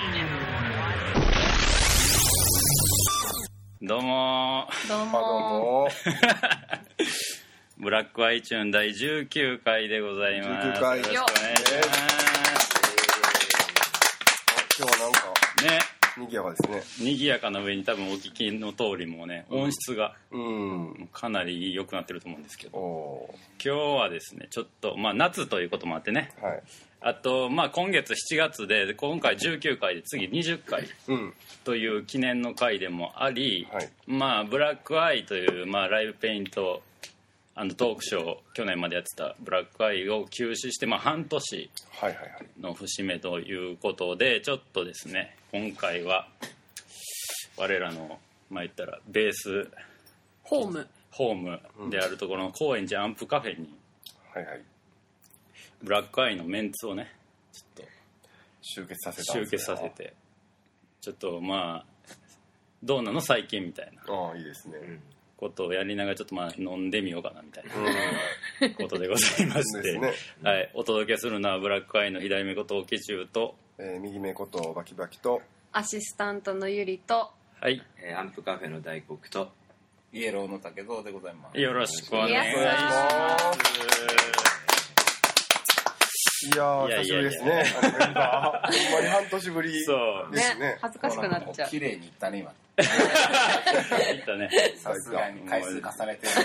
どうもブラックアイチューン第19回でございます。 19回よろしくお願いします。 今日はなんかね、 賑やかですね。 賑やかな上に多分お聞きの通りもね、音質がかなり良くなってると思うんですけど、今日はですねちょっと夏ということもあってね、はい、あと今月7月で今回19回で次20回という記念の回でもあり、はい、ブラックアイというライブペイントトークショー去年までやってたブラックアイを休止して半年の節目ということで、ちょっとですね今回は我らの言ったらベースホームであるところの高円寺アンプカフェに、ブラックアイのメンツをねちょっと集結させてちょっとどうなの最近みたいないいですね、 ことをやりながらちょっと飲んでみようかなみたいなことでございましてね、はい、お届けするのはブラックアイの左目ことオケチューと、 右目ことバキバキとアシスタントのゆりと、 はい、 アンプカフェの大黒とイエローの竹蔵でございます。 よろしくお願いします。 いやー久しぶりですね。ほんまに半年ぶりですね。 恥ずかしくなっちゃう。 綺麗にいったね今。 いったね。 さすがに回数重ねてる。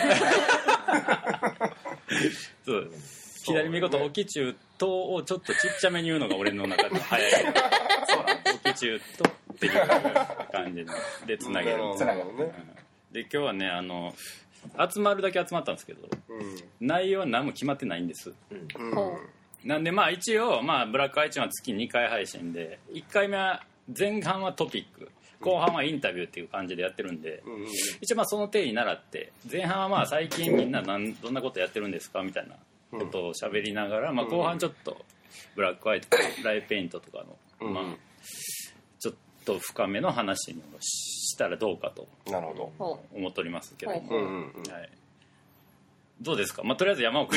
そう左見事オキチューとをちょっとちっちゃめに言うのが俺の中で早い。そうなんです。オキチューとっていう感じでつなげる。で今日はね集まるだけ集まったんですけど、内容は何も決まってないんです。なんで一応ブラックアイチューンは月2回配信で、1回目は前半はトピック、後半はインタビューっていう感じでやってるんで、一応その手に習って前半は最近みんなどんなことやってるんですかみたいなことを喋りながら、後半ちょっとブラックアイとかライブペイントとかのちょっと深めの話にしたらどうかと思っておりますけども、どうですか。とりあえず山岡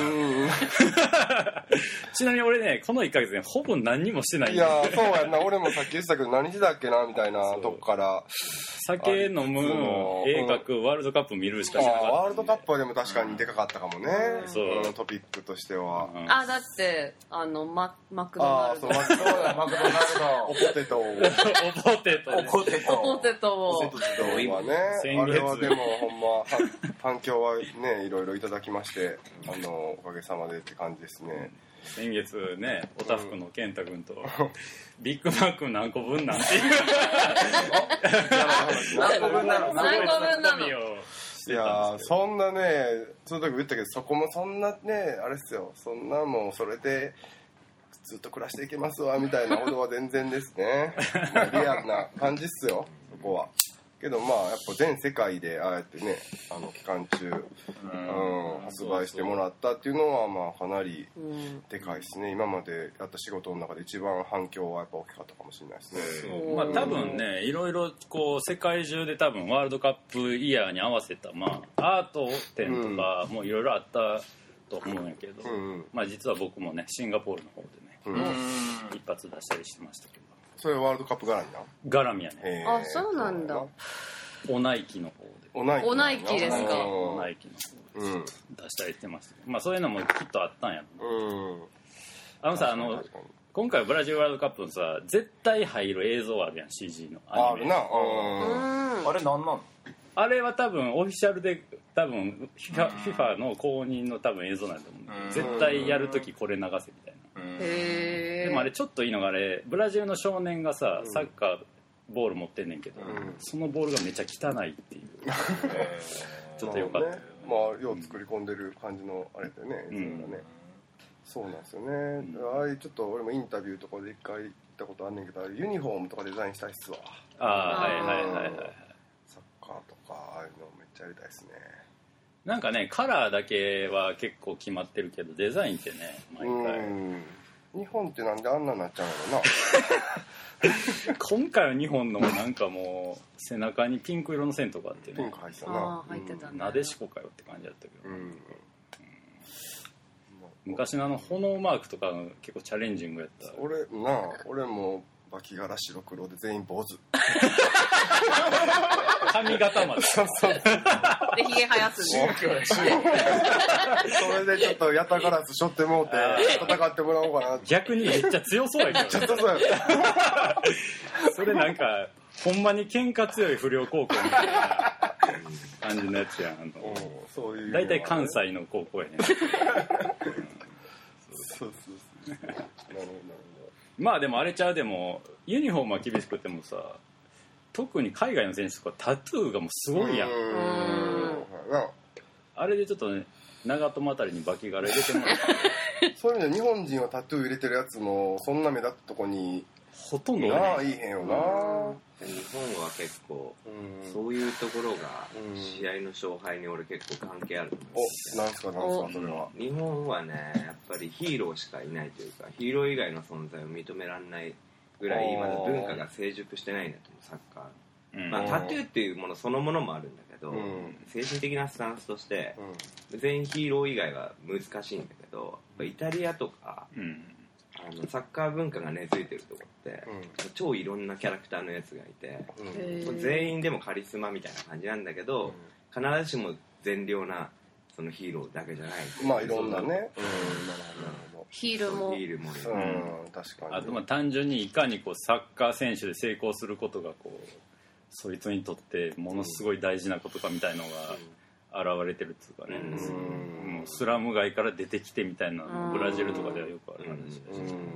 ちなみに俺ねこの1ヶ月ねほぼ何にもしてない。 いやそうやんな。俺もさっき言ってたけど何時だっけなみたいなとこから酒飲む、絵描く、ワールドカップ見るしかしなかった。 ワールドカップはでも確かにでかかったかもね、トピックとしては。 だってマクドナルド、 マクドナルドおポテトはね、あれはでもほんま反響はねいろいろいただきましておかげさまでって感じですね。 先月ねおたふくの健太君とビッグマック何個分なんていう何個分なのいやそんなねその時言ったけど、そこもそんなねあれっすよ、そんなもうそれでずっと暮らしていけますわみたいなことは全然ですねリアルな感じっすよそこは。けどやっぱ全世界でああやってね期間中発売してもらったっていうのはかなりでかいですね。今までやった仕事の中で一番反響はやっぱ大きかったかもしれないですね。 多分ねいろいろ世界中で多分ワールドカップイヤーに合わせたアート展とかもいろいろあったと思うんやけど、実は僕もねシンガポールの方でね一発出したりしてましたけど。 それはワールドカップ絡みな？ 絡みやね。 そうなんだ。 オナイキの方で。 オナイキですか。 オナイキの方で出したりしてました。そういうのもきっとあったんやろ。さ今回ブラジルワールドカップのさ絶対入る映像あるやん CG のアニメ。 あれなんなの？ あれは多分オフィシャルで多分 FIFA の公認の多分映像なんだと思う。絶対やるときこれ流せみたいな。でもあれちょっといいのがブラジルの少年がさサッカーボール持ってんねんけど、そのボールがめっちゃ汚いっていうちょっとよかった、よう作り込んでる感じのあれだよね、そうなんですよね。あれちょっと俺もインタビューとかで一回行ったことあんねんけど、ユニフォームとかデザインしたいっすわ。 はいサッカーとかああいうのめっちゃやりたいですね。 なんかねカラーだけは結構決まってるけどデザインってね毎回日本ってなんであんなになっちゃうのかな今回の日本のなんかもう背中にピンク色の線とかあってね、 ピンク入ってたな。 入ってたね。 なでしこかよって感じだったけど、昔の炎マークとか結構チャレンジングやった。 俺も脇柄白黒で全員坊主髪型までそうそうでひげ生やすねそれでちょっとヤタガラスしょってもうて戦ってもらおうかなって逆にめっちゃ強そうやけど、ね、 ちょっとそうやそれなんかほんまに喧嘩強い不良高校みたいな感じのやつやん。 そういう大体関西の高校やねそうなるほどまあでもあれちゃう、でもユニフォームは厳しくてもさ、特に海外の選手とかタトゥーがもうすごいやん。あれでちょっとね、長友あたりにバキ柄入れてもらってそういう意味で日本人はタトゥー入れてるやつもそんな目立ったとこにほとんどなあいいへんよな、 日本は結構そういうところが試合の勝敗に俺結構関係あると思う。 なんすかそれは。 日本はねやっぱりヒーローしかいないというか、ヒーロー以外の存在を認められないぐらいまだ文化が成熟してないんだと思う、サッカー、まあ、タトゥーっていうものそのものもあるんだけど、精神的なスタンスとして全員ヒーロー以外は難しいんだけど、イタリアとか、サッカー文化が根付いてるとこって、超いろんなキャラクターのやつがいて、全員でもカリスマみたいな感じなんだけど、必ずしも善良なそのヒーローだけじゃない。 まあいろんなね、 ヒールも確かに。 あとまあ単純にいかにこうサッカー選手で成功することがこうそいつにとってものすごい大事なことかみたいのが現れてるっていうかね、もうスラム街から出てきてみたいなのブラジルとかではよくある話です。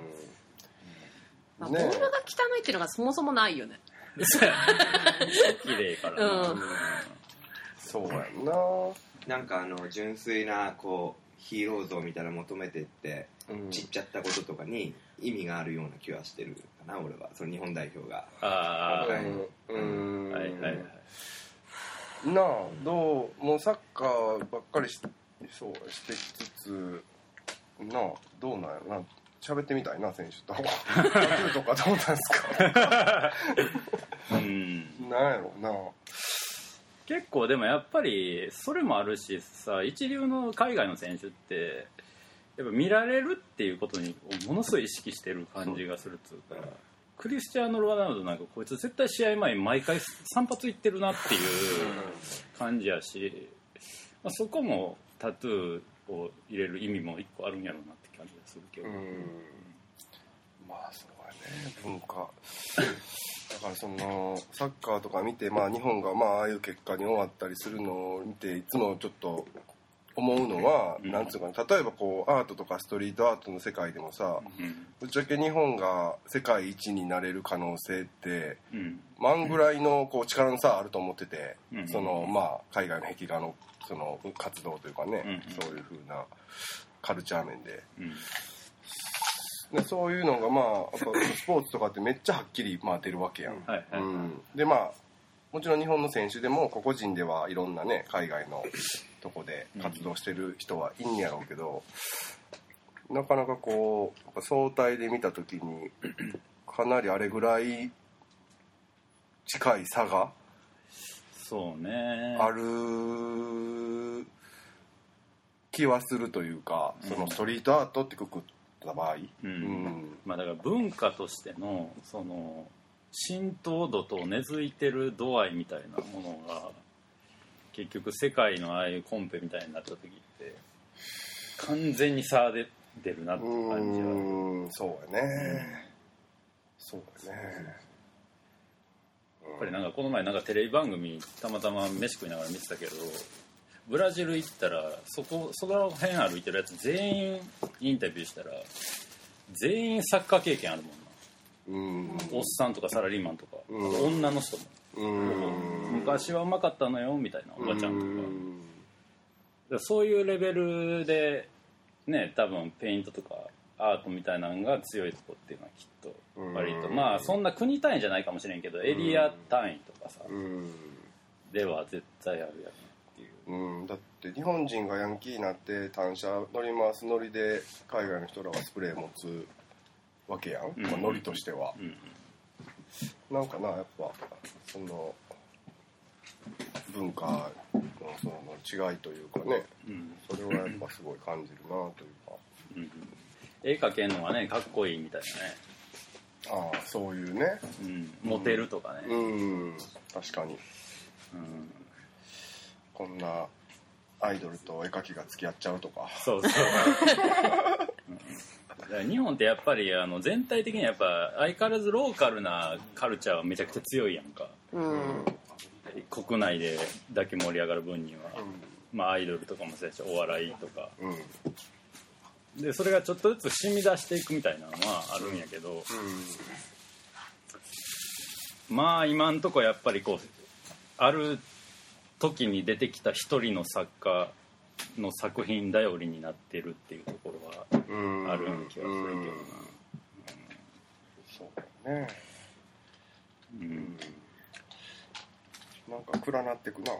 ボールが汚いっていうのがそもそもないよね。 綺麗からな。 そうやんな。 なんか純粋なこうヒーロー像みたいなの求めてって散っちゃったこととかに意味があるような気はしてるかな、俺は。その日本代表が。 はいはいはいなあ、どうもうサッカーばっかりしてきつつなあ、どうなんやろな。喋ってみたいな、選手と。野球とかどうなんですか。なんやろな。 結構でもやっぱりそれもあるしさ、一流の海外の選手ってやっぱ見られるっていうことにものすごい意識してる感じがするっつうか、クリスチャーノ・ロナウドなんかこいつ絶対試合前に毎回散髪行ってるなっていう感じやし、まあ、そこもタトゥーを入れる意味も一個あるんやろうなって感じがするけど、 まあそうやね、文化だからそのサッカーとか見て、まあ、日本がまあああいう結果に終わったりするのを見ていつもちょっと思うのは、なんつうかな、例えばこうアートとかストリートアートの世界でもさ、ぶっちゃけ日本が世界一になれる可能性って、万ぐらいのこう力の差あると思ってて、そのまあ海外の壁画のその活動というかね、そういう風なカルチャー面で。でそういうのがまあスポーツとかってめっちゃはっきりまあ出るわけやん。でまあもちろん日本の選手でも個々人ではいろんなね海外のとこで活動してる人はいいんやろうけど、なかなかこう相対で見た時にかなりあれぐらい近い差がそうねある気はするというか、そのストリートアートってくくった場合、 まあだから文化としてのその浸透度と根付いてる度合いみたいなものが結局世界のああいうコンペみたいになった時って完全に差で出るなって感じは。 そうやね、そうやね。 やっぱりなんかこの前なんかテレビ番組たまたま飯食いながら見てたけど、ブラジル行ったらその辺歩いてるやつ全員インタビューしたら全員サッカー経験あるもんな。おっさんとかサラリーマンとか、女の人も昔はうまかったのよみたいなおばちゃんとか、そういうレベルでね、多分ペイントとかアートみたいなのが強いとこっていうのはきっと割とまあそんな国単位じゃないかもしれんけどエリア単位とかさでは絶対あるやろっていう。 だって日本人がヤンキーになって単車乗り回すノリで海外の人らはスプレー持つわけやん、まあ、ノリとしては、なんかな、やっぱその文化のその違いというかね、それはやっぱすごい感じるなというか、 絵描けんのがねかっこいいみたいなね。 ああそういうね、 モテるとかね、 確かに、こんなアイドルと絵描きが付き合っちゃうとか。 そうそう日本ってやっぱり全体的にやっぱ相変わらずローカルなカルチャーはめちゃくちゃ強いやんか、国内でだけ盛り上がる分には、まあアイドルとかもそうやしお笑いとか、でそれがちょっとずつ染み出していくみたいなのはあるんやけど、まあ今んとこやっぱりこうある時に出てきた一人の作家の作品頼りになってるっていうところはあるん気はするけどな。 そうね。なんか暗なってくな。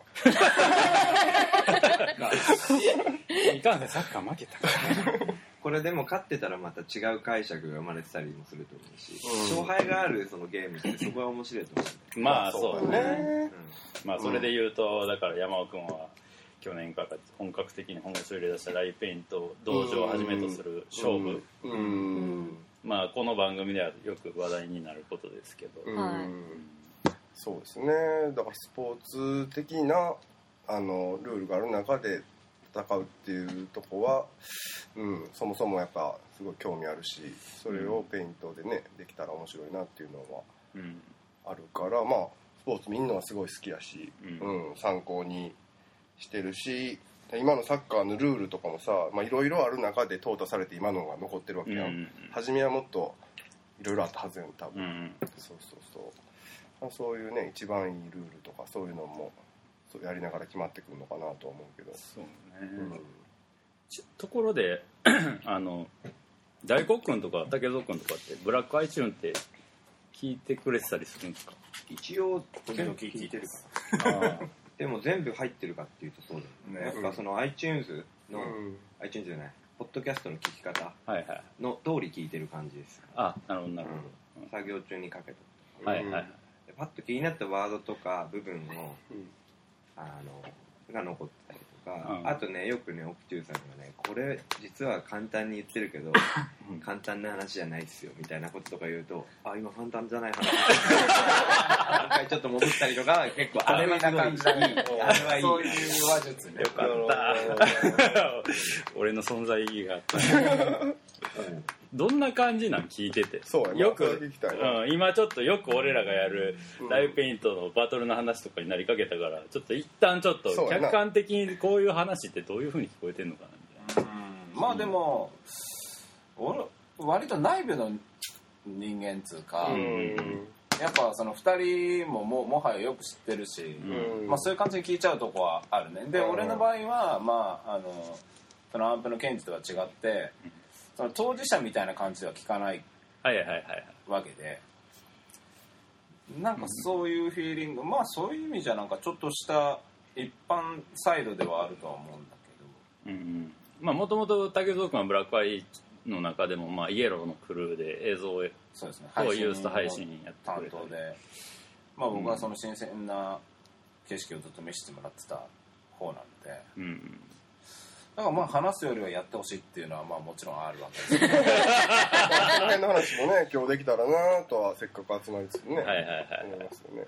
いかんねサッカー負けたからね。 これでも勝ってたらまた違う解釈が生まれてたりもすると思うし、勝敗があるそのゲームってそこは面白いと思う。 まあそうね。まあそれで言うとだから山尾君は去年から本格的に本腰を入れ出したライペイント道場をはじめとする勝負、まあこの番組ではよく話題になることですけど、 そうですね。だからスポーツ的なルールがある中で戦うっていうとこは、そもそもやっぱすごい興味あるし、それをペイントでねできたら面白いなっていうのはあるから、まあスポーツ見るのはすごい好きやし、参考にしてるし、今のサッカーのルールとかもさ、いろいろある中で淘汰されて今のが残ってるわけやん。初めはもっといろいろあったはずやん多分。そういうね一番いいルールとかそういうのもやりながら決まってくるのかなと思うけど。 そうね。ところで大黒君とか竹蔵君とかってブラックアイチューンって聞いてくれてたりするんですか？ 一応全部聞いてるからでも全部入ってるかっていうとそうだよね。やっぱその iTunes の、iTunes じゃないポッドキャストの聞き方の通り聞いてる感じです。 あ、なるほどなるほど。 作業中にかけとパッと気になったワードとか部分をが残ってたりとか、あとねよくね奥中さんがねこれ実は簡単に言ってるけど簡単な話じゃないですよみたいなこととか言うと、あ今簡単じゃない話何回ちょっと戻ったりとか結構あれはすごいいい、あれはいい、 そういう話術ね。 よかった俺の存在意義があったどんな感じなん聞いてて。 そうやな、 よく聞きたいな。 今ちょっとよく俺らがやるライブペイントのバトルの話とかになりかけたからちょっと一旦ちょっと客観的にこういう話ってどういう風に聞こえてんのかなみたいな。 まあでも俺割と内部の人間つうか、やっぱその2人ももはやよく知ってるし、そういう感じに聞いちゃうとこはあるね。で俺の場合はそのアンプのケンジとは違ってその当事者みたいな感じでは聞かないわけで、なんかそういうフィーリング、そういう意味じゃなんかちょっとした一般サイドではあるとは思うんだけど、 もともと竹蔵君はブラックアイの中でもイエローのクルーで映像をユースト配信やってくれたりで、僕はその新鮮な景色をずっと見せてもらってた方なので、だから話すよりはやってほしいっていうのはもちろんあるわけです。 その辺の話もね今日できたらなとはせっかく集まりつつね思いますよね。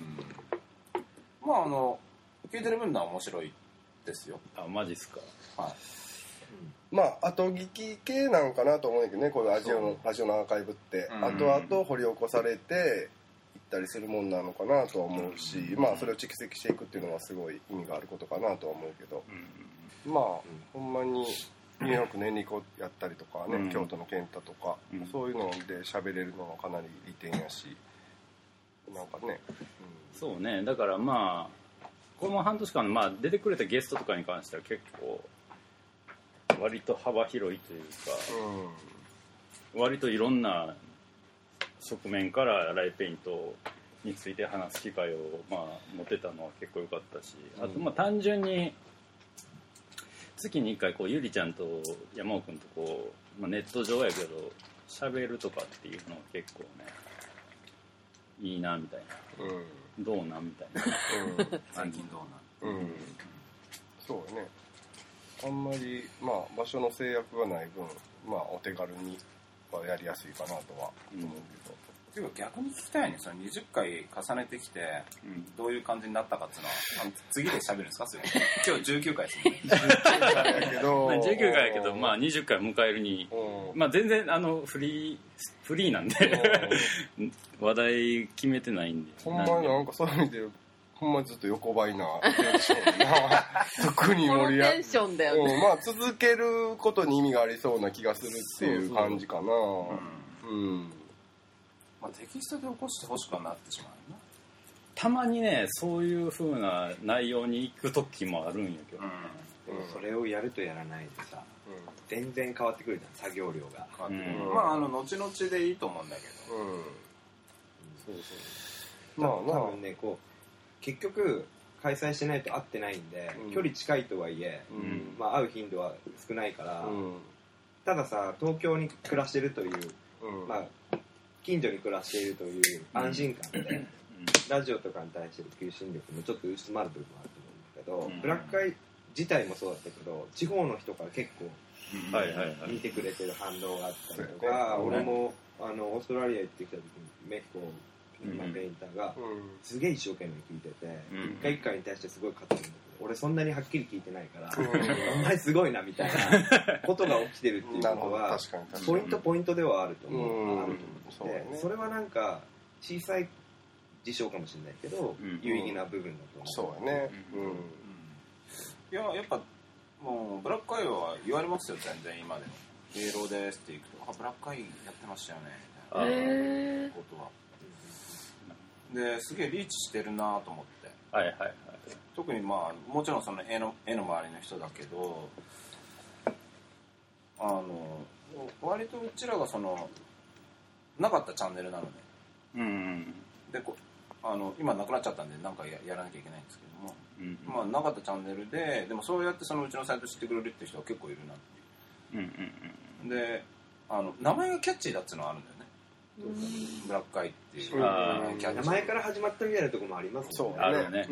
聞いてる分は面白いですよ。 あ、マジっすか。 はい。 後聞き系なんかなと思うんだけどね、このラジオのアーカイブって後々掘り起こされていったりするもんなのかなとは思うし、それを蓄積していくっていうのはすごい意味があることかなとは思うけど、ほんまにニューヨークのエニコやったりとかね、京都の健太とか、そういうので喋れるのはかなり利点やし、なんかね、 そうね。だからこの半年間出てくれたゲストとかに関しては結構割と幅広いというか、割といろんな側面からライペイントについて話す機会を持てたのは結構良かったし、あと単純に月に1回ゆりちゃんと山尾君とネット上やけど喋るとかっていうのは結構ねいいなみたいな、どうなんみたいな最近どうなん、 そうね。あんまり場所の制約がない分お手軽にはやりやすいかなとは思うけど、 ていうか逆に聞きたいね、その20回重ねてきて、どういう感じになったかっていうのは次で喋るんですかそれ今日19回ですもんね 19回やけど 19回やけど、まあ、20回迎えるに、まあ、全然フリーなんで話題決めてないんで、 ほんまになんかそういう意味でほんまずっと横ばいなテンションな特に盛り上がテンションだよね、 まあ続けることに意味がありそうな気がするっていう感じかな。 まあ、テキストで起こしてほしくはなってしまうな。 たまにねそういう風な内容に行く時もあるんやけど、 でもそれをやるとやらないでさ、全然変わってくるじゃん作業量が。 まあ後々でいいと思うんだけど、 そうそう、まあ多分ねこう結局開催しないと会ってないんで、距離近いとはいえ、まあ会う頻度は少ないから、たださ東京に暮らしてるという、まあ近所に暮らしているという安心感で、ラジオとかに対しての求心力もちょっと薄まる部分もあると思うんだけど、ブラックアイ自体もそうだったけど地方の人から結構見てくれてる反応があったりとか、俺もオーストラリア行ってきた時にメコペインターがすげえ一生懸命聞いてて、一回一回に対してすごい語るんだけど、俺そんなにはっきり聞いてないからお前すごいなみたいなことが起きてるっていうことはポイントではあると思って、それはなんか小さい事象かもしれないけど有意義な部分だと思う。 そうやね。 いややっぱもうブラックアイは言われますよ全然今でも。芸能ですって行くとブラックアイやってましたよねみたいなことは。ですげえリーチしてるなと思って、特にまあもちろんその絵の周りの人だけど、割とうちらがそのなかったチャンネルなので、で今なくなっちゃったんでなんか やらなきゃいけないんですけども、まあなかったチャンネルでもそうやってそのうちのサイト知ってくれるって人は結構いるなっていう、で名前がキャッチーだっていうのはあるんだよね。ブラックアイっていう名前から始まったみたいなところもありますよね。 あるよね。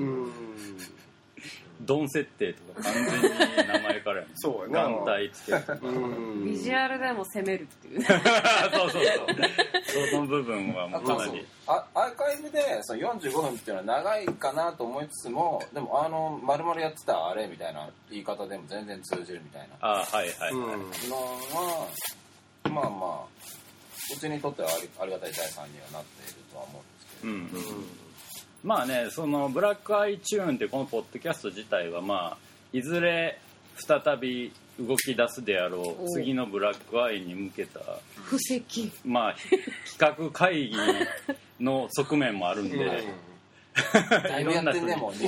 ドン設定とか完全に名前からやね。 そうやな。 眼帯つけるとか。 ビジュアルでも攻めるっていう。 そうその部分はもうかなり。 アーカイブでその45分っていうのは長いかなと思いつつも、でも丸々やってたあれみたいな言い方でも全然通じるみたいな。のはまあまあうちにとってはありがたい財産にはなっているとは思うんですけど。 まあね、そのブラックアイチューンってこのポッドキャスト自体はまあいずれ再び動き出すであろう次のブラックアイに向けた布石、まあ企画会議の側面もあるんで、 だいぶやってんねもう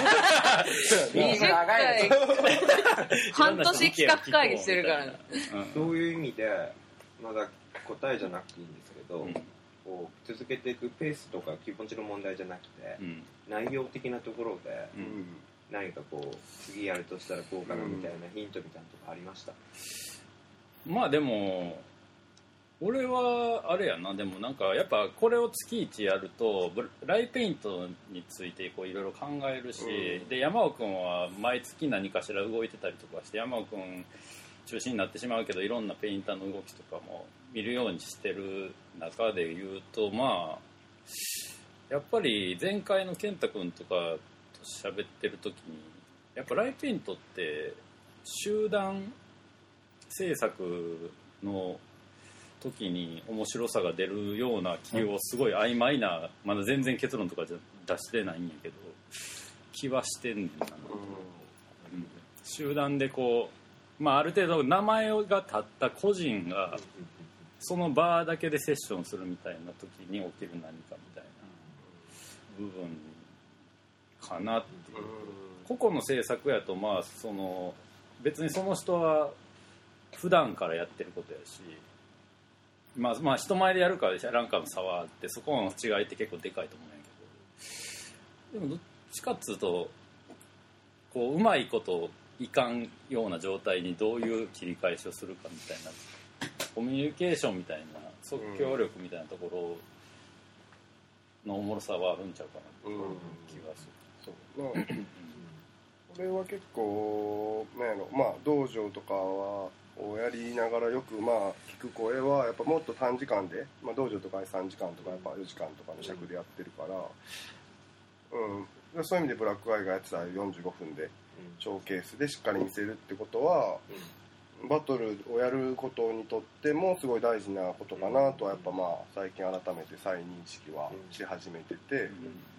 20 回半年企画会議してるからね。 そういう意味でまだ答えじゃなくていいんですけど、こう続けていくペースとか気持ちの問題じゃなくて、内容的なところで、何かこう次やるとしたらこうかなみたいなヒントみたいなとこありました？ まあでも俺はあれやな、でもなんかやっぱこれを月1やるとライペイントについていろいろ考えるし、で山尾くんは毎月何かしら動いてたりとかして、山尾くん中心になってしまうけどいろんなペインターの動きとかも見るようにしてる中で言うと、まあやっぱり前回の健太君とかと喋ってる時にやっぱライペイントって集団制作の時に面白さが出るような気をすごい曖昧な、まだ全然結論とかじゃ出してないんやけど気はしてんねんな、集団でこう、まあ、ある程度名前が立った個人がその場だけでセッションするみたいな時に起きる何かみたいな部分かなっていう。個々の制作やとまあその別にその人は普段からやってることやし、まあ人前でやるかやらんかの差はあって、そこの違いって結構でかいと思うんやけど、でもどっちかっつうとこううまいこといかんような状態にどういう切り返しをするかみたいなコミュニケーションみたいな即興力みたいなところのおもろさはあるんちゃうかなっていう気がする。 そうね。これは結構なんやろ、まあ道場とかはをやりながらよく聞く声はやっぱもっと短時間で、道場とか3時間とかやっぱ4時間とかの尺でやってるから、そういう意味でブラックアイがやってた45分でショーケースでしっかり見せるってことは、バトルをやることにとってもすごい大事なことかなとはやっぱ最近改めて再認識はし始めてて、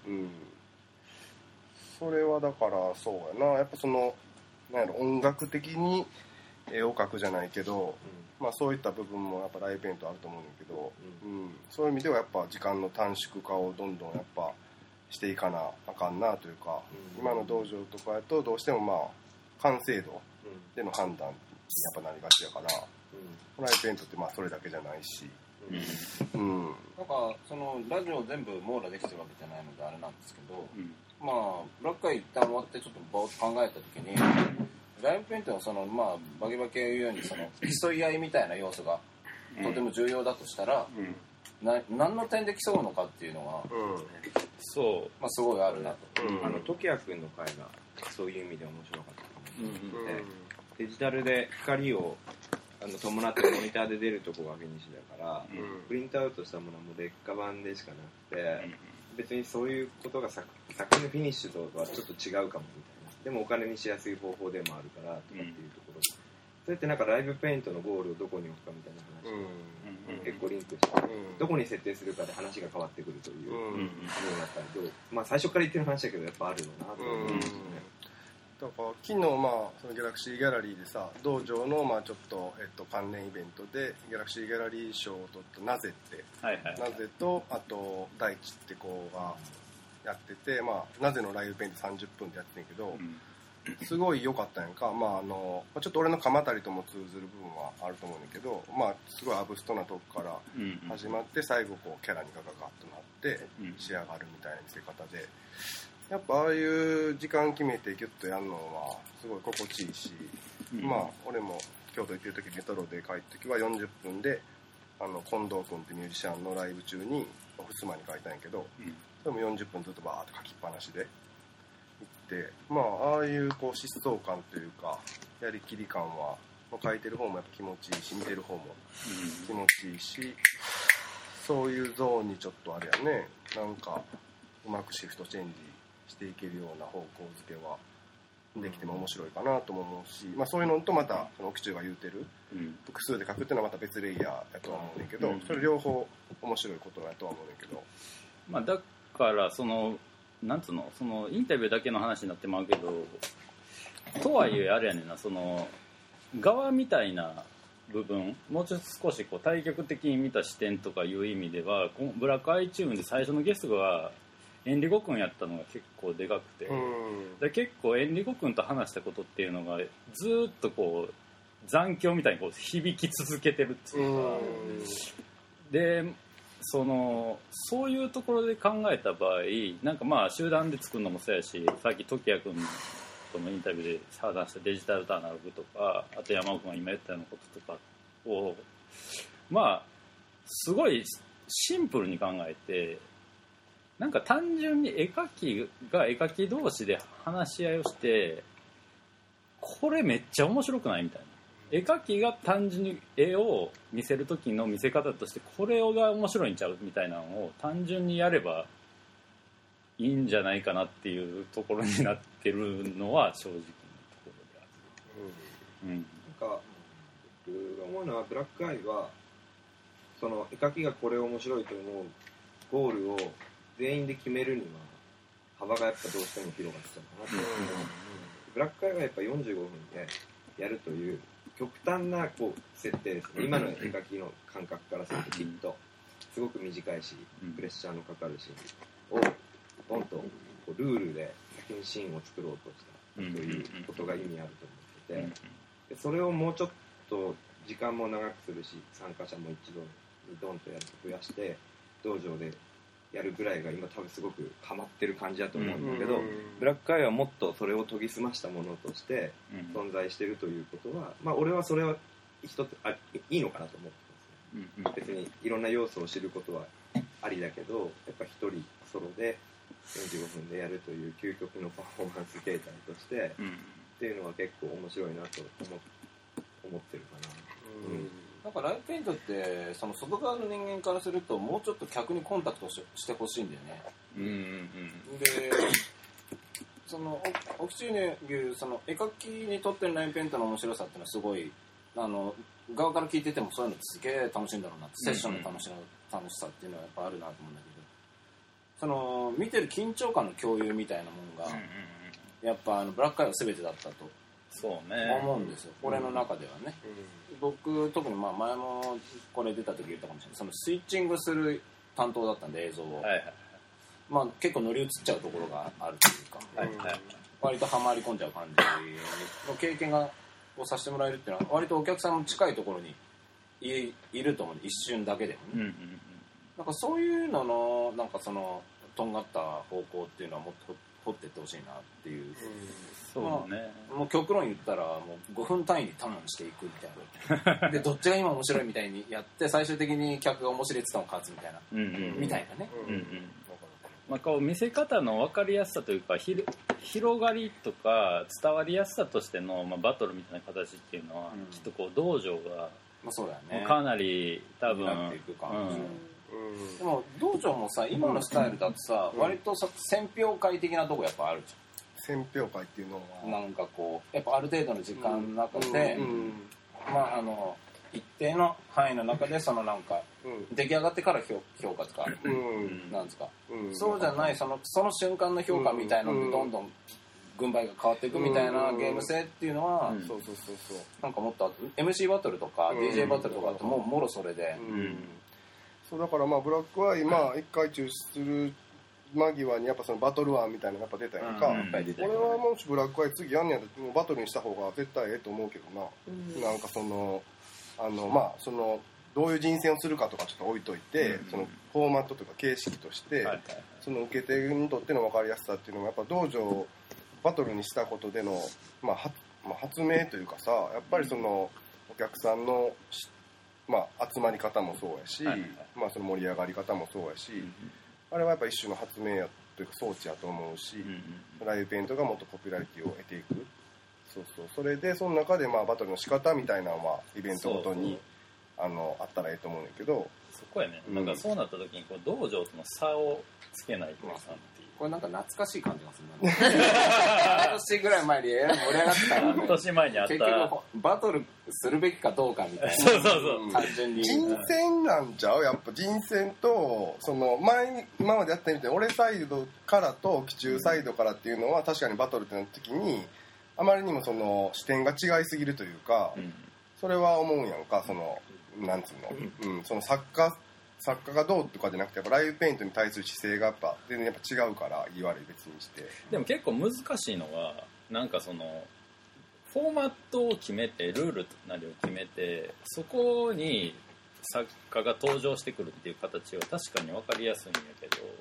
それはだからそうやな、やっぱそのなんやろ、音楽的に絵を描くじゃないけど、そういった部分もやっぱライブイベントあると思うんだけど、そういう意味ではやっぱ時間の短縮化をどんどんやっぱしていかなあかんなというか、今の道場とかやとどうしても完成度での判断にやっぱなりがちやから、ライブイベントってそれだけじゃないし、 なんかそのラジオ全部網羅できてるわけじゃないのであれなんですけど、ブラックアイ一旦終わってちょっとぼーっと考えた時に、ライブイベントのそのバキバキ言うようにその競い合いみたいな要素がとても重要だとしたら、何の点で競うのかっていうのが、そうすごいあるなと。 時矢君の回がそういう意味で面白かったかもしれない。デジタルで光を伴ってモニターで出るとこがフィニッシュだから、プリントアウトしたものはもう劣化版でしかなくて、別にそういうことが作品のフィニッシュとはちょっと違うかもみたいな、でもお金にしやすい方法でもあるからとかっていうところ、そうやってなんかライブペイントのゴールをどこに置くかみたいな話が結構リンクして、どこに設定するかで話が変わってくるというようなったりと、最初から言ってる話だけどやっぱあるのなと思いますね。 だから昨日そのギャラクシーギャラリーでさ、道場のちょっと関連イベントでギャラクシーギャラリー賞を取ったなぜって、なぜとあと大地って子がやってて、なぜのライブイベント30分でやってんけど、すごい良かったんやんか。ちょっと俺の鎌足りとも通ずる部分はあると思うんだけど、すごいアブストなとこから始まって最後キャラにガガガッとなって仕上がるみたいな見せ方で、やっぱああいう時間決めてギュッとやるのはすごい心地いいし、俺も京都行ってる時メトロで帰る時は40分で近藤君ってミュージシャンのライブ中に襖に書いたんやけど、それも40分ずっとバーッと書きっぱなしで行って、ああいう疾走感というかやりきり感は書いてる方もやっぱ気持ちいいし、見てる方も気持ちいいし、そういうゾーンにちょっとあれやね、なんかうまくシフトチェンジしていけるような方向づけはできても面白いかなとも思うし、そういうのとまた沖中が言うてる複数で書くっていうのはまた別レイヤーやとは思うねんけど、それ両方面白いことだとは思うねんけど、 だからなんつうの、そのインタビューだけの話になってまうけど、とはいえあれやねんな、その側みたいな部分、もうちょっと少し対極的に見た視点とかいう意味では、ブラックアイチューンで最初のゲストがエンリゴ君やったのが結構でかくて、で結構エンリゴ君と話したことっていうのがずっと残響みたいに響き続けてるっていうか、でそういうところで考えた場合、なんか集団で作るのもそうやし、さっき時矢君とのインタビューで話したデジタルとアナログとか、あと山尾君が今言ったようなこととかをすごいシンプルに考えて、なんか単純に絵描きが絵描き同士で話し合いをして、これめっちゃ面白くないみたいな、絵描きが単純に絵を見せる時の見せ方としてこれが面白いんちゃうみたいなのを単純にやればいいんじゃないかなっていうところになってるのは正直なところである。 なんか僕が思うのは、ブラックアイはその絵描きがこれを面白いと思うゴールを全員で決めるには幅がやっぱどうしても広がっちゃうかなと思う。ブラックアイはやっぱ45分でやるという極端な設定ですね。今の絵描きの感覚からするときっとすごく短いし、プレッシャーのかかるシーンをドンとルールで先にシーンを作ろうとしたということが意味あると思ってて、でそれをもうちょっと時間も長くするし、参加者も一度にドンと増やして道場でやるぐらいが今多分すごくハマってる感じだと思うんだけど、ブラックアイはもっとそれを研ぎ澄ましたものとして存在してるということは、俺はそれは一ついいのかなと思ってますね。別にいろんな要素を知ることはありだけど、やっぱ一人ソロで45分でやるという究極のパフォーマンス形態として、っていうのは結構面白いなと思ってるかな。 なんかライブペイントってその外側の人間からするともうちょっと客にコンタクトしてほしいんだよね。でその奥中に言うその絵描きにとってのライブペイントの面白さっていうのはすごい側から聞いててもそういうのってすげえ楽しいんだろうなって、セッションの楽しさっていうのはやっぱあるなと思うんだけど、その見てる緊張感の共有みたいなものがやっぱブラックアイは全てだったと思うんですよ、俺の中ではね。僕特に前もこれ出た時言ったかもしれない、そのスイッチングする担当だったんで映像を、結構乗り移っちゃうところがあるというか、割とハマり込んじゃう感じの経験をさせてもらえるっていうのは割とお客さんも近いところにいると思う、一瞬だけでもね、なんかそういうののなんかそのとんがった方向っていうのはもっと掘っていってほしいなっていう、そうね、もう極論言ったらもう5分単位にターンしていくみたいなでどっちが今面白いみたいにやって最終的に客が面白いって言ったの勝つみたいな、みたいなね、 こう見せ方の分かりやすさというか広がりとか伝わりやすさとしての、バトルみたいな形っていうのは、きっとこう道場がそうだよね、 かなり多分なっていく感じ、でも道場もさ今のスタイルだとさ、割とさ選評会的なとこやっぱあるじゃん。 選評会っていうのはなんかこうやっぱある程度の時間の中で、一定の範囲の中でそのなんか、出来上がってから評価とか、なんですか、そうじゃないその瞬間の評価みたいなのでどんどん軍配が変わっていくみたいなゲーム性っていうのは、なんかもっとMC バトルとか DJ バトルとかってもろそれで、 そうだからブラックは今一回中止する間際にやっぱそのバトルワンみたいなのがやっぱ出たやんか、俺はもしブラックアイ次やんねやったらバトルにした方が絶対ええと思うけどな、なんかそのそのどういう人選をするかとかちょっと置いといて、そのフォーマットとか形式として、その受け手にとっての分かりやすさっていうのがやっぱ道場をバトルにしたことでの、発明というかさ、やっぱりそのお客さんの集まり方もそうやし、その盛り上がり方もそうやし、あれはやっぱ一種の発明やというか装置やと思うし、ライブペイントがもっとポピュラリティを得ていく、それでその中でバトルの仕方みたいなのはイベントごとにあったらいいと思うんだけど、 そこやね、なんかそうなった時にこう道場との差をつけないとさっていう、 これなんか懐かしい感じがする半年ぐらい前に盛り上がってたら、 半年前にあった結局バトルするべきかどうかみたいな、単純に人選なんちゃう、やっぱ人選とその今までやってみて俺サイドからと機中サイドからっていうのは確かにバトルってなった時にあまりにもその視点が違いすぎるというか、それは思うんやんか、そのなんつうの、その作家がどうとかじゃなくてやっぱライブペイントに対する姿勢がやっぱ全然やっぱ違うから、いい悪い別にして。 でも結構難しいのはなんかそのフォーマットを決めてルールなりを決めてそこに作家が登場してくるっていう形は確かに分かりやすいんやけど、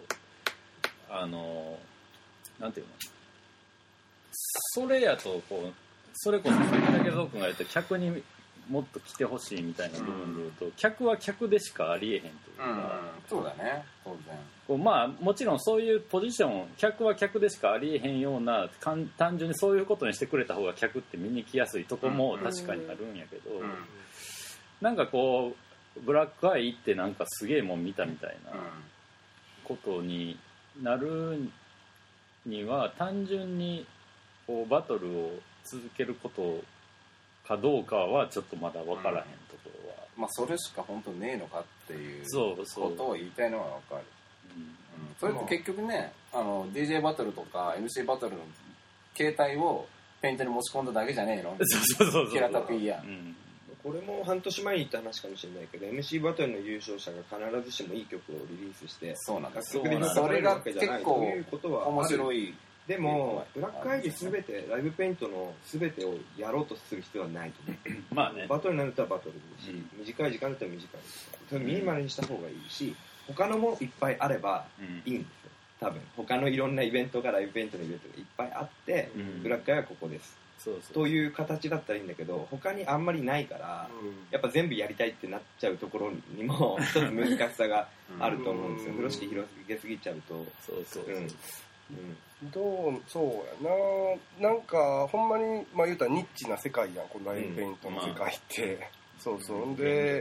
なんていうの、それやとこうそれこそ竹蔵君が言った客にもっと来てほしいみたいな部分で言うと、客は客でしかありえへんというか、 そうだね、当然こうもちろんそういうポジション、客は客でしかありえへんような単純にそういうことにしてくれた方が客って見に来やすいとこも確かにあるんやけど、なんかこうブラックアイってなんかすげえもん見たみたいなことになるには、単純にこうバトルを続けることかどうかはちょっとまだ分からへんところは、 それしか本当ねえのかっていうことを言いたいのは分かる。それって結局ね、DJ バトルとか MC バトルの形態をペイントに持ち込んだだけじゃねえの、キラタピーや、 これも半年前に言った話かもしれないけど、 MC バトルの優勝者が必ずしもいい曲をリリースして、 そうなんです楽曲で評価されるわけじゃないということは面白い。 でもブラックアイで全てライブペイントの全てをやろうとする必要はないと思う。バトルになるとバトルでいいし、短い時間だったら短い時間、ミニマルにした方がいいし、他のもいっぱいあればいいんですよ。多分他のいろんなイベントがライブペイントのイベントがいっぱいあって、ブラックアイはここですという形だったらいいんだけど、他にあんまりないから、やっぱ全部やりたいってなっちゃうところにも一つ難しさがあると思うんですよ。風呂敷広げすぎちゃうと。 そうやな、なんかほんまにまあ言うたらニッチな世界やん、このライブペイントの世界って、そうそうで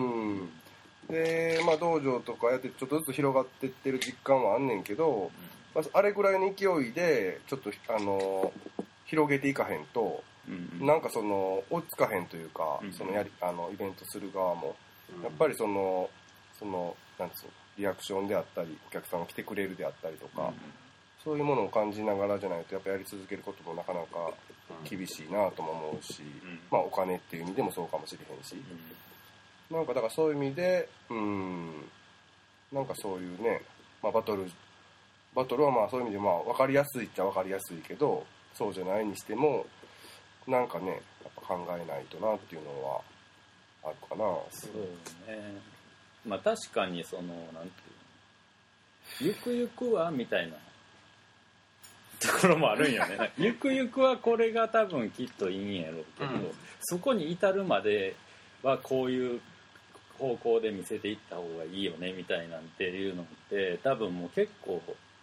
でまあ道場とかやってちょっとずつ広がってってる実感はあんねんけど、まあ、あれぐらいの勢いでちょっと広げていかへんと、なんかその追いつかへんというか、そのイベントする側もやっぱりそのなんつうのリアクションであったりお客さんが来てくれるであったりとか、そういうものを感じながらじゃないとやっぱやり続けることもなかなか厳しいなとも思うし、まあお金っていう意味でもそうかもしれへんし、なんかだからそういう意味でなんかそういうね、まあ、バトルはまあそういう意味でまあ分かりやすいっちゃ分かりやすいけど、そうじゃないにしてもなんかねやっぱ考えないとなっていうのはあるかな。 そうね、まあ確かにそのなんていうのゆくゆくはみたいなところもあるんよねゆくゆくはこれが多分きっといいんやろうけど、そこに至るまではこういう方向で見せていった方がいいよねみたいなんていうのって多分もう結構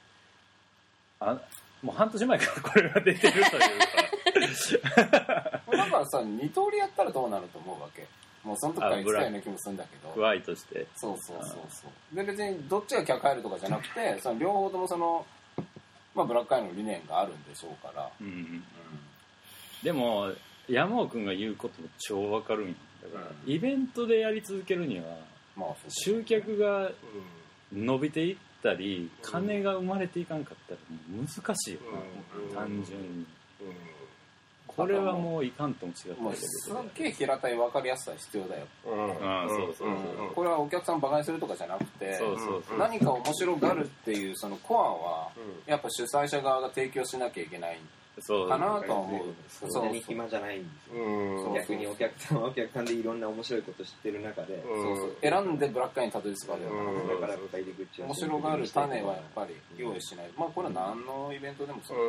もう半年前からこれが出てるというかだからさ二通りやったらどうなると思うわけ。もうその時から言ってたような気もするんだけど、 不愛としてそうで別にどっちが客入るとかじゃなくてその両方ともその、まあ、ブラックアイの理念があるんでしょうから、 でも山尾君が言うことも超わかるんよ。だから、イベントでやり続けるには、まあ集客が伸びていったり、金が生まれていかんかったらもう難しいよな、単純に。これはもういかんとも違ったけど、 すっげえ平たい分かりやすさ必要だよ。 そうこれはお客さんバカにするとかじゃなくて、何か面白がるっていうそのコアはやっぱ主催者側が提供しなきゃいけないかなとは思う。 そんなに暇じゃないんですよ。逆にお客さんはお客さんでいろんな面白いこと知ってる中で、 選んでブラックアイにたどり着かれるだから入り口は面白がる種はやっぱり用意しない。まあこれは何のイベントでもそう。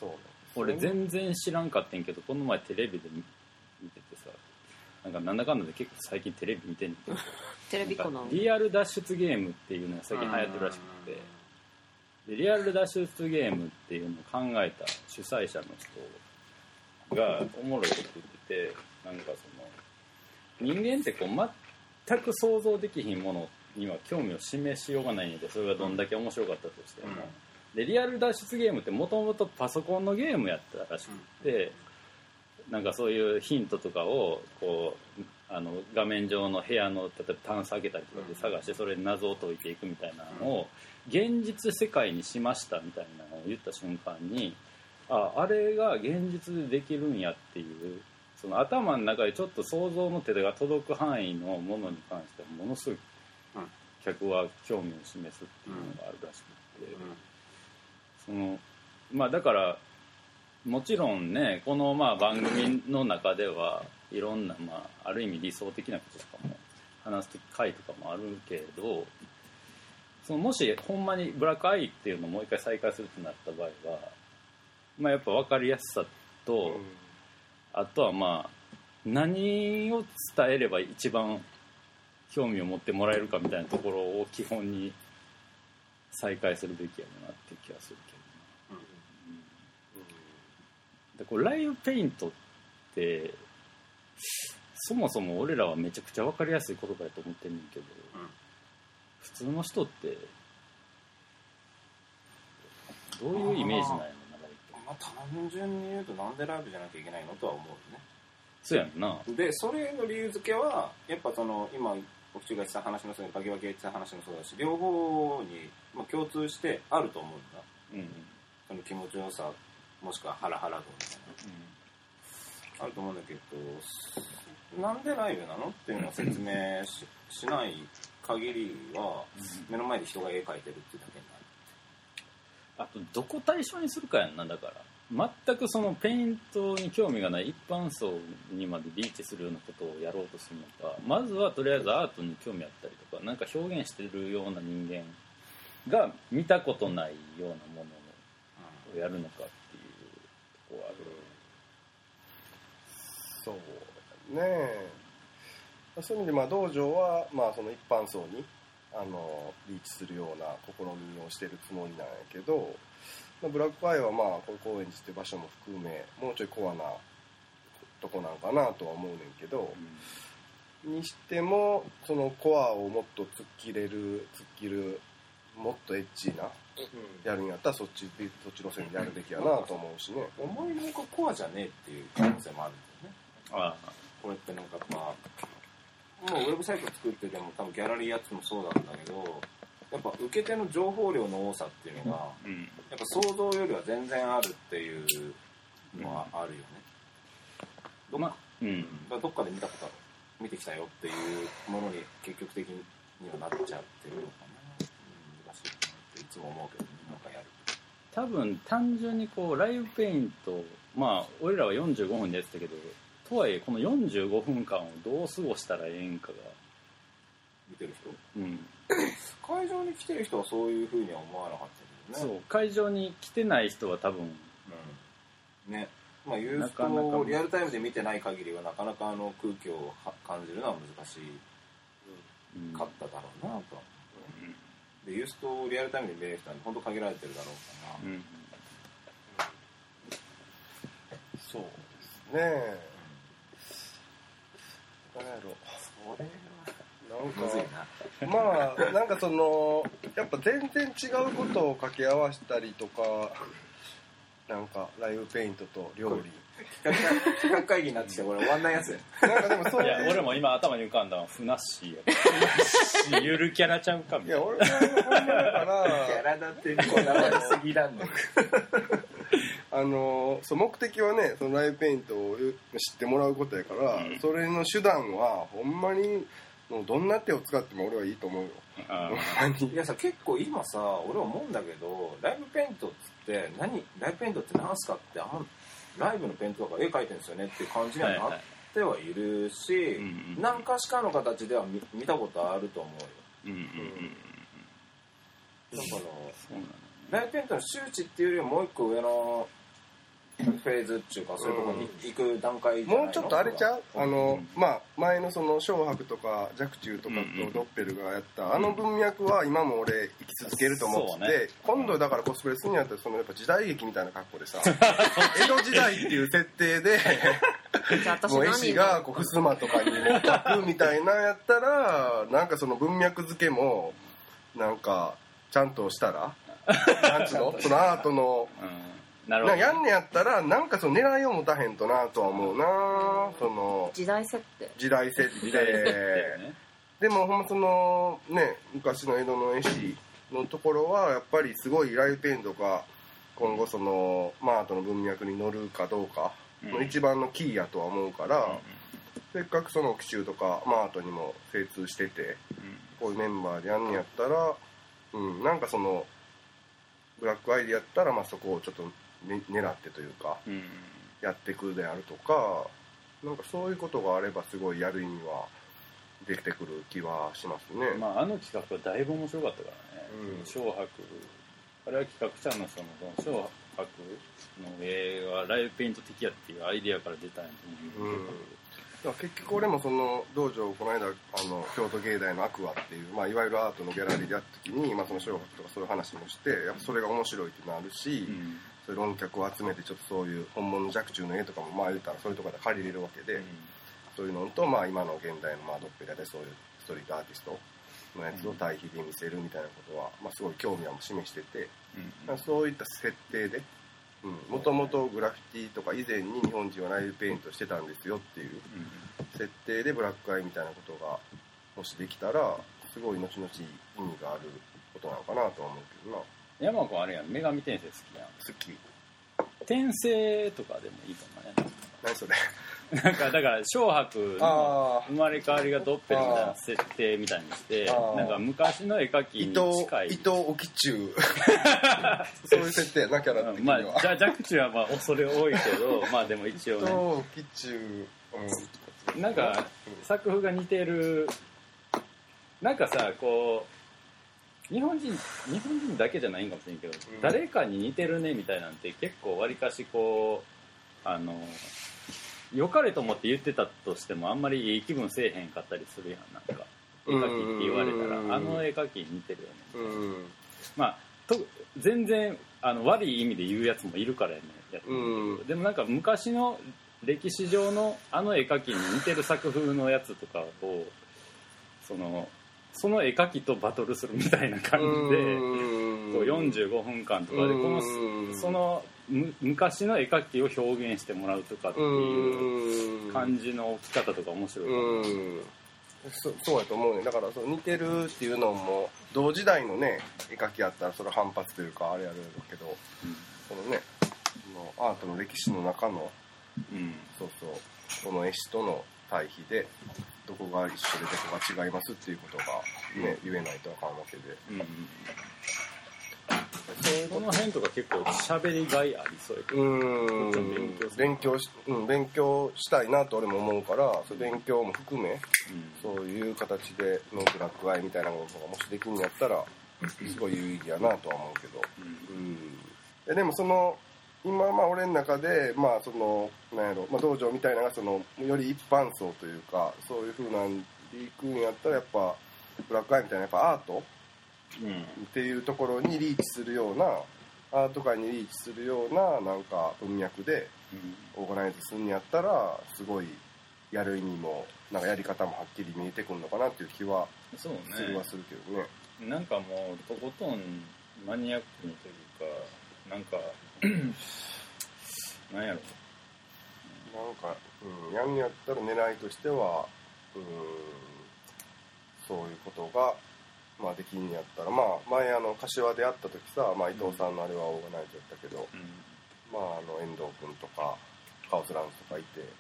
俺全然知らんかってんけど、この前テレビで見ててさ、なんだかんだで結構最近テレビ見てんねんけど、 テレビかな、 リアル脱出ゲームっていうのが最近流行ってるらしくて、でリアル脱出ゲームっていうのを考えた主催者の人がおもろいこと言ってて、なんかその人間ってこう全く想像できひんものには興味を示しようがないんで、それがどんだけ面白かったとしても、でリアル脱出ゲームってもともとパソコンのゲームやったらしくて、なんかそういうヒントとかをこう画面上の部屋の例えばタンス開けたりとかで探してそれで謎を解いていくみたいなのを現実世界にしましたみたいなのを言った瞬間に、あれが現実でできるんやっていう、その頭の中でちょっと想像の手が届く範囲のものに関してはものすごい客は興味を示すっていうのがあるらしくて、まあだからもちろんね、このまあ番組の中ではいろんなまあある意味理想的なこととかも話す回とかもあるけど、もしほんまにブラックアイっていうのをもう一回再開するとなった場合は、まあやっぱ分かりやすさと、あとはまあ何を伝えれば一番興味を持ってもらえるかみたいなところを基本に再開するべきやなっていう気がするけど。でこれライブペイントってそもそも俺らはめちゃくちゃ分かりやすい言葉やと思ってんねんけど、普通の人ってどういうイメージなんやろな。 まあ単純に言うとなんでライブじゃなきゃいけないのとは思うよね。 そうやんな。 でそれの理由付けはやっぱその今僕が言ってた話もそうだし、バキバキが言ってた話もそうだし、両方に共通してあると思うんだ。その気持ちよさもしくはハラハラ度みたいな、あると思うんだけど、なんでライブなのっていうのを説明 しない限りは、目の前で人が絵描いてるっていうだけになる。 あとどこ対象にするかやんな。だから全くそのペイントに興味がない一般層にまでリーチするようなことをやろうとするのか、まずはとりあえずアートに興味あったりとか、なんか表現してるような人間が見たことないようなものをやるのかっていうところはある。 そうね。そういう意味で道場はその一般層にリーチするような試みをしてるつもりなんやけど、ブラックアイはこれ高円寺って場所も含めもうちょいコアなとこなんかなとは思うねんけど、にしてもそのコアをもっと突っ切るもっとエッチな、やるんやったらそっち路線でやるべきやなと思うしね。 思いのほかコアじゃねえっていう可能性もあるんだよね。これってなんかもうウェブサイト作ってても多分ギャラリーやってもそうなんだけど、やっぱ受け手の情報量の多さっていうのが、やっぱ想像よりは全然あるっていうのはあるよね。どっかで見てきたよっていうものに結局的にはなっちゃってるのかな。難しいなっていつも思うけど、なんかやる。 多分単純にこうライブペイント、俺らは45分でやってたけど、とはいえこの45分間をどう過ごしたらええんかが見てる人、会場に来てる人はそういうふうには思わなかったけどね。 そう、会場に来てない人は多分、 ね、ユーストをリアルタイムで見てない限りはなかなか空気を感じるのは難しかっただろうなと、でユーストをリアルタイムで見れる人は本当限られてるだろうから、 そうですね。なんやろ、 それはなんかむずいな。 なんかそのやっぱ全然違うことを掛け合わせたりとか、なんかライブペイントと料理企画会議になってきてこれ終わんないやつ。 なんかでもそういう、 いや俺も今頭に浮かんだのはフナッシーやフナッシーゆるキャラちゃうかみたいな。 いや俺はほんまだからキャラだってこだわりすぎなんだよ。 そう目的はね、そのライブペイントを知ってもらうことやから、それの手段はほんまにもうどんな手を使っても俺はいいと思うよ。 いやさ、結構今さ俺思うんだけど、ライブペイントってライブペイントって何すかって、ライブのペイントだから絵描いてるんですよねっていう感じにはなってはいるし、何かしかの形では見たことあると思うよ。だからライブペイントの周知っていうよりはもう一個上のフェーズっていうか、そういうところに行く段階じゃないの。 もうちょっとあれちゃう、前のその小白とか若冲とかとドッペルがやった文脈は今も俺生き続けると思ってて、今度だからコスプレするにあったらそのやっぱ時代劇みたいな格好でさ江戸時代っていう設定でもう絵師がこう襖とかに描くみたいなやったら、なんかその文脈付けもなんかちゃんとしたらなんつうのそのアートのやんねやったらなんかその狙いを持たへんとなとは思うな。その時代設定ね。でもほんまそのね、昔の江戸の絵師のところはやっぱりすごいライブペイントが今後そのアートの文脈に乗るかどうかの一番のキーやとは思うから、せっかくその奇襲とかアートにも精通してて、こういうメンバーでやんねやったら、なんかそのブラックアイでやったらそこをちょっと狙ってというか、やってくるであるとか、なんかそういうことがあればすごいやる意味はできてくる気はしますね。 企画はだいぶ面白かったからね。小白、あれは企画者のその小白の絵はライブペイント的やっていうアイディアから出たんやと思う。 だから結局俺もその道場をこの間京都芸大のアクアっていう、いわゆるアートのギャラリーでやった時に、その小白とかそういう話もして、やっぱそれが面白いっていうのあるし、そういう論客を集めてちょっとそういう本物の若冲の絵とかも言ったらそういうところで借りれるわけで、そういうのと今の現代のドッペラでそういうストリートアーティストのやつを対比で見せるみたいなことは、すごい興味は示してて、そういった設定でもともとグラフィティとか以前に日本人はライブペイントしてたんですよっていう設定でブラックアイみたいなことがもしできたらすごい後々意味があることなのかなとは思うけどな。 山君あれやん、女神転生好きやん。 好き。 転生とかでもいいかもね。 何それなんかだから小白の生まれ変わりがドッペルみたいな設定みたいにして、なんか昔の絵描きに近い伊藤沖中そういう設定やな、キャラ的には。 若冲は恐れ多いけどでも一応ね、 伊藤沖中、 なんか作風が似てる。なんかさ、こう日本人だけじゃないんかもしれんけど、誰かに似てるねみたいなんて結構わりかしこう良かれと思って言ってたとしてもあんまりいい気分せえへんかったりするやん。なんか絵描きって言われたらあの絵描きに似てるよね。まあ全然悪い意味で言うやつもいるからやねやってるけど、でもなんか昔の歴史上のあの絵描きに似てる作風のやつとかをその絵描きとバトルするみたいな感じでこう45分間とかでその昔の絵描きを表現してもらうとかっていう感じの置き方とか面白いかな。 そうやと思うね。だから似てるっていうのも同時代のね絵描きやったらそれ反発というかあれやるけど、そのねアートの歴史の中の、その絵師との対比でどこが一緒でどこが違いますっていうことがね、言えないとあかんわけで、 この辺とか結構喋りがいありそうやけど、 勉強したいなと俺も思うから、それ勉強も含め、そういう形でのブラックアイみたいなことがもしできるんやったらすごい有意義やなとは思うけど、でも今俺の中でなんやろ、道場みたいなのがより一般層というかそういう風なんでいくんやったらやっぱブラックアイみたいなやっぱアートっていうところにリーチするようなアート界にリーチするようななんか文脈でオーガナイズするんやったらすごいやる意味もなんかやり方もはっきり見えてくるのかなっていう気はするけどね。 なんかもうとことんマニアックにというかなんかなんやろなんか、やんやったら狙いとしてはそういうことができんやったら前柏で会った時さ、伊藤さんのあれはオーガナイズやったけど、遠藤君とかカオスランスとかいて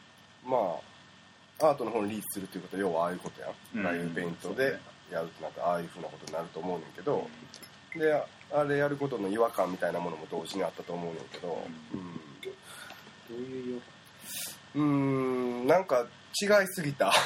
アートの方にリーチするっていうことは要はああいうことやん、ライブペイントでやるってなったらああいうふうなことになると思うねんけど、であれやることの違和感みたいなものも同時にあったと思うねんけど、 どういう違和感？なんか違いすぎた。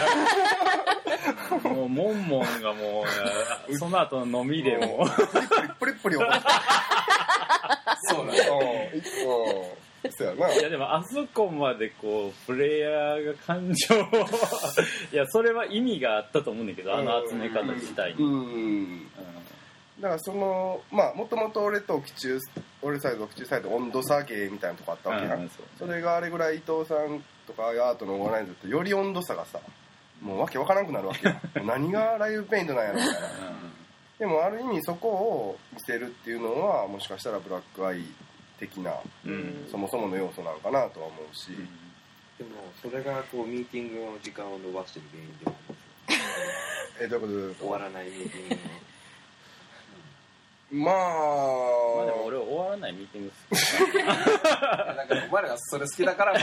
もうモンモンがもうその後の飲みでもプリプリ怒ってそうだね。 そうやな。 いやでもあそこまでこうプレイヤーが感情をいやそれは意味があったと思うんだけど、あの集め方自体に。 だからもともと俺サイド吉中サイド温度差芸みたいなとこあったわけやん。それがあれぐらい伊藤さんとかアートのオーガナイズってより温度差がさもうわけわからなくなるわけよ。何がライブペイントなんやろみたいな。でもある意味そこを見せるっていうのはもしかしたらブラックアイ的な、そもそもの要素なのかなとは思うし、 でもそれがこうミーティングの時間を延ばしてる原因でもあります。 どういうこと？ 終わらないミーティングのでも俺は終わらないミーティング好き。 だからお前らがそれ好きだから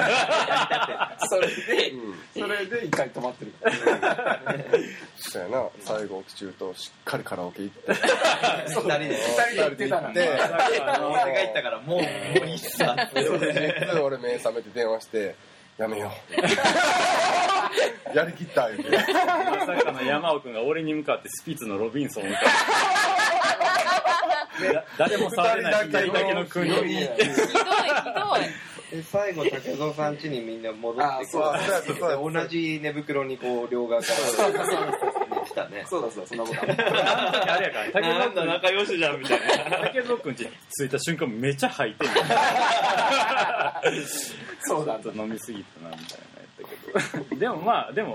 それで一回止まってるからそうやな。最後吉中としっかりカラオケ行って 2人で行ってたのに俺が行ったからもういいっすわって俺目覚めて電話してやめようやりきった言うてまさかの山尾君が俺に向かってスピッツのロビンソンを歌って誰も触れない2人だけの国にひどい。 で最後竹蔵さん家にみんな戻って同じ寝袋にこう両側から来たね。 そうだそんなことあれやからなんだ仲良しじゃんみたいな。 竹蔵君家に着いた瞬間めちゃ吐いてんのそうだと飲みすぎたなみたいなやったけどでも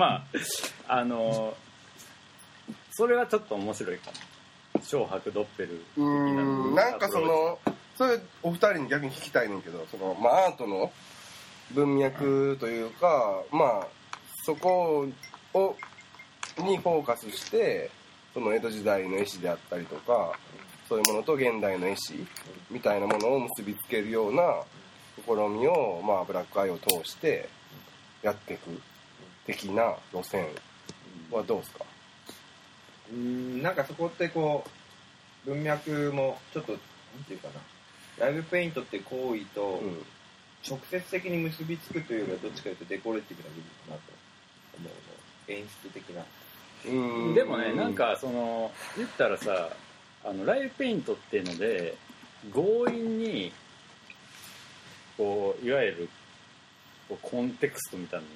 それはちょっと面白いかも。小白ドッペル的なんかそれお二人に逆に聞きたいねんけどアートの文脈というかそこにフォーカスしてその江戸時代の絵師であったりとかそういうものと現代の絵師みたいなものを結びつけるような試みをブラックアイを通してやっていく的な路線はどうですか？ なんかそこってこう文脈もちょっとなんていうかな、ライブペイントって行為と直接的に結びつくというよりはどっちかというとデコレティブな部分かなと思うの。演出的な。 でもねなんか言ったらさライブペイントっていうので強引にこういわゆるこうコンテクストみたいなのを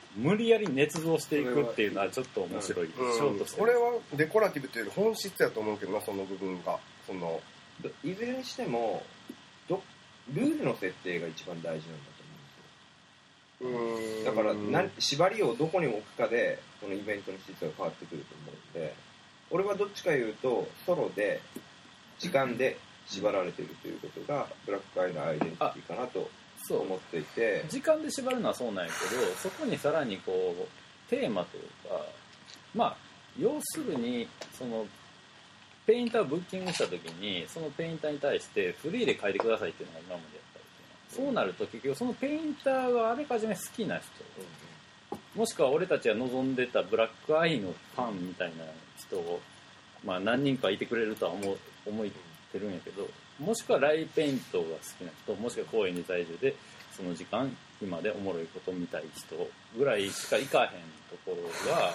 無理やり捏造していくっていうのはちょっと面白い、ショートしてる。 これはデコラティブというより本質やと思うけどな、その部分がいずれにしてもルールの設定が一番大事なんだと思うんですよ。だから縛りをどこに置くかでこのイベントの質が変わってくると思うんで、俺はどっちかいうとソロで時間で縛られているということがブラックアイのアイデンティティかなと思っていて、 時間で縛るのはそうなんやけど、そこにさらにこうテーマというか、まあ要するにそのペインターをブッキングした時にそのペインターに対してフリーで描いてくださいっていうのが今までやったりという、そうなると結局そのペインターがあらかじめ好きな人、もしくは俺たちが望んでたブラックアイのファンみたいな人を、まあ、何人かいてくれるとは思ってるんやけど、もしくはライペイントが好きな人、もしくは公園に在住でその時間今でおもろいこと見たい人ぐらいしか行かへんところが、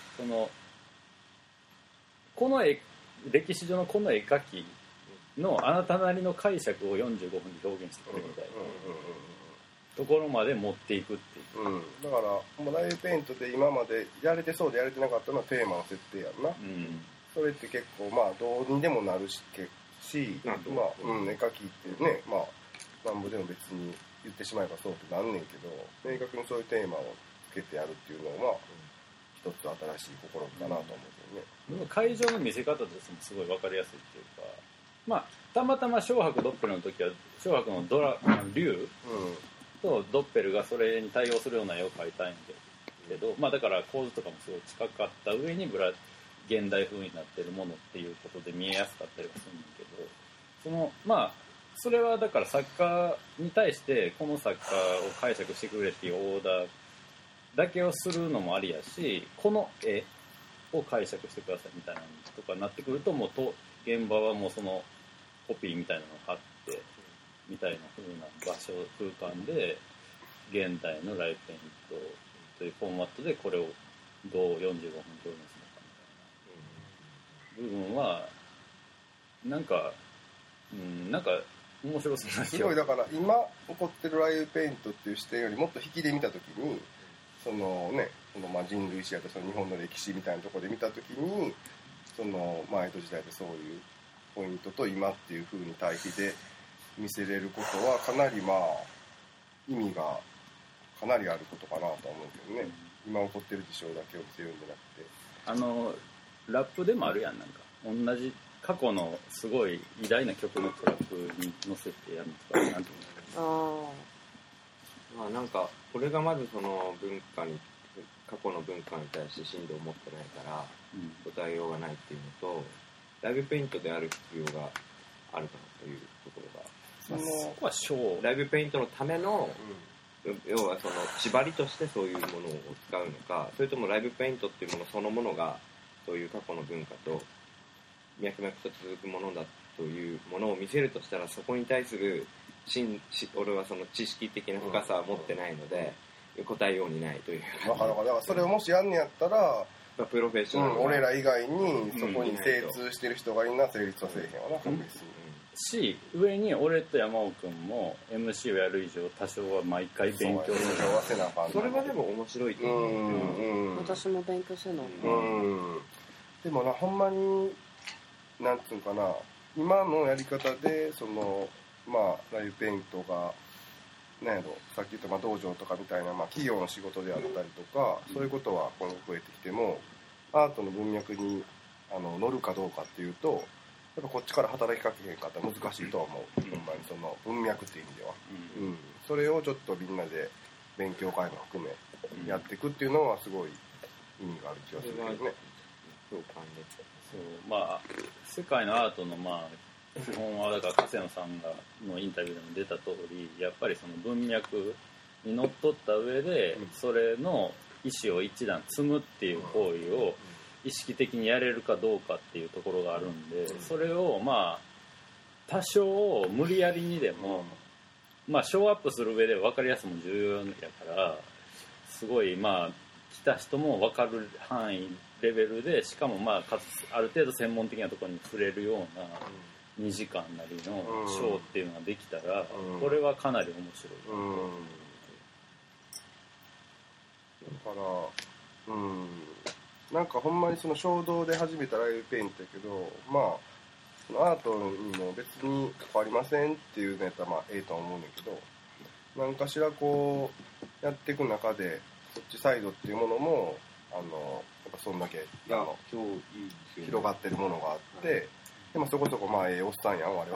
この歴史上のこの絵描きのあなたなりの解釈を45分で表現してくれみたいなところまで持っていくっていう、 だからもうライブペイントで今までやれてそうでやれてなかったのはテーマの設定やんな、それって結構まあどうにでもなるし、まあ絵描きってね、まあなんぼでも別に言ってしまえばそうってなんねんけど、明確にそういうテーマをつけてやるっていうのは一つ新しい試みかなと思うけどね。 会場の見せ方としてもすごい分かりやすいっていうか、まあたまたま小白ドッペルの時は小白の竜とドッペルがそれに対応するような絵を描いたんやけど、まあだから構図とかもすごい近かった上に現代風になってるものっていうことで見えやすかったりはするんだけど、まあそれはだから作家に対してこの作家を解釈してくれっていうオーダーだけをするのもありやし、この絵を解釈してくださいみたいなのとかになってくると、もう現場はもうそのコピーみたいなのを貼ってみたいな風な場所空間で現代のライブペイントというフォーマットでこれをどう45分表現するのかみたいな部分はなんか面白そうな気がすごい。だから今起こってるライブペイントっていう視点よりもっと引きで見たときに、そのまあ人類史やとその日本の歴史みたいなところで見たときに、そのまあ江戸時代でそういうポイントと今っていう風に対比で見せれることはかなりまあ意味がかなりあることかなとは思うけどね、今起こってる事象だけを見せるんじゃなくて、 ラップでもあるやん、なんか同じ過去のすごい偉大な曲のトラックに乗せてやるとかなんていうの、 まあなんかこれがまずその過去の文化に対して信度を持ってないから答えようがないっていうのと、ライブペイントである必要があるかなというところが、 そこはショーライブペイントのための、要はその縛りとしてそういうものを使うのか、それともライブペイントっていうものそのものがそういう過去の文化と脈々と続くものだというものを見せるとしたら、そこに対する俺はその知識的な深さは持ってないので答えようにないというだからそれをもしやんねやったらプロフェッショナル、 俺ら以外にそこに精通してる人がいるのは成立はせえへんわな、確実に。 し、上に俺と山尾くんも MC をやる以上多少は毎回勉強せなあかん。 それはでも面白いと思う。 私も勉強せな。 でもな、ほんまになんつうんかな、今のやり方でそのまあライブペイントがなんやろ、さっき言ったまあ道場とかみたいな、まあ、企業の仕事であったりとか、そういうことは今後増えてきてもアートの文脈に乗るかどうかっていうと、やっぱこっちから働きかけへんかったら難しいとは思う、ほんまにその文脈っていう意味では、それをちょっとみんなで勉強会も含めやっていくっていうのはすごい意味がある気がするけどね。 そうまあ世界のアートのまあ基本はだから加瀬野さんのインタビューでも出た通り、やっぱりその文脈にのっとった上でそれの意思を一段積むっていう行為を意識的にやれるかどうかっていうところがあるんで、それをまあ多少無理やりにでもまあショーアップする上で分かりやすさも重要やからすごいまあ来た人も分かる範囲レベルで、しかもまあある程度専門的なところに触れるような2時間なりのショーっていうのができたらこれはかなり面白い。 だからなんかほんまにその衝動で始めたライブペイントやけど、まあそのアートにも別に関わりませんっていうのやったらまあええとは思うんだけど、何かしらこうやっていく中でそっちサイドっていうものもやっぱそんだけ広がってるものがあって、でもそこそこまあおっさんやん我々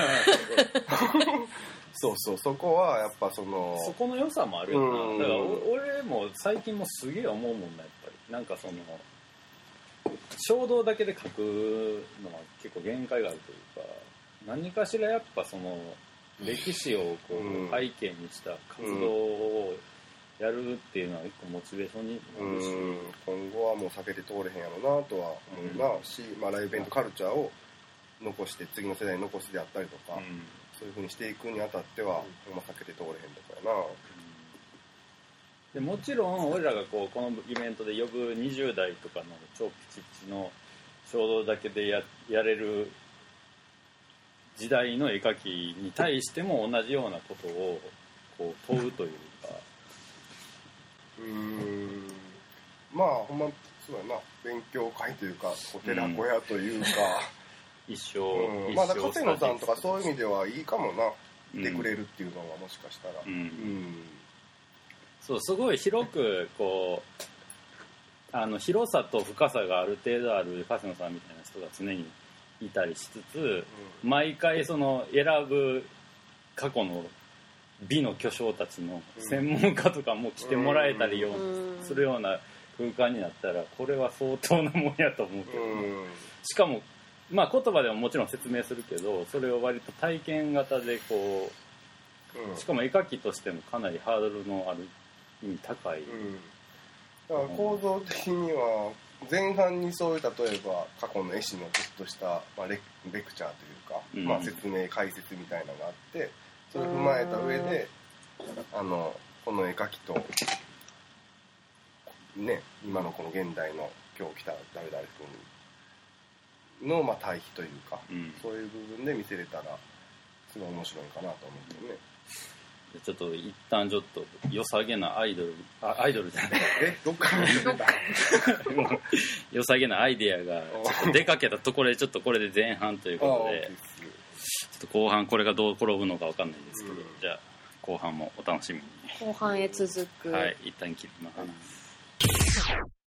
そうそう、そこはやっぱそこの良さもあるよな。だから俺も最近もすげえ思うもんな、やっぱりなんかその衝動だけで書くのは結構限界があるというか、何かしらやっぱその歴史をこう背景にした活動をやるっていうのは一個モチベーションになるし、 今後はもう避けて通れへんやろなとは思うなし、まあ、ライブイベントカルチャーを残して次の世代に残すであったりとか、そういう風にしていくにあたっては、避けて通れへんとこやな。 でもちろん俺らがこのイベントで呼ぶ20代とかの超ピチピチの衝動だけで やれる時代の絵描きに対しても同じようなことをこう問うというか、 まあほんまそうやな、勉強会というかお寺小屋というか、 一生まあ加瀬野さんとかそういう意味ではいいかもな、いてくれるっていうのはもしかしたら、 そう、すごい広くこう広さと深さがある程度ある加瀬野さんみたいな人が常にいたりしつつ、毎回その選ぶ過去の美の巨匠たちの専門家とかも来てもらえたりするような空間になったら、これは相当なもんやと思うけど、しかもまあ言葉でももちろん説明するけど、それを割と体験型でこう、しかも絵描きとしてもかなりハードルのある意味高い、 だから構造的には前半にそういう例えば過去の絵師のちょっとした、レクチャーというか、説明解説みたいなのがあって、それを踏まえた上でこの絵描きとね、今のこの現代の今日来た誰々君の対比というか、そういう部分で見せれたらすごい面白いかなと思うけどね。 ちょっと一旦ちょっと良さげなアイドルじゃないどっから出た良さげなアイデアがちょっと出かけたところで、ちょっとこれで前半ということで、ちょっと後半これがどう転ぶのか分かんないですけど、じゃあ後半もお楽しみに。 後半へ続く。 はい、一旦切ります。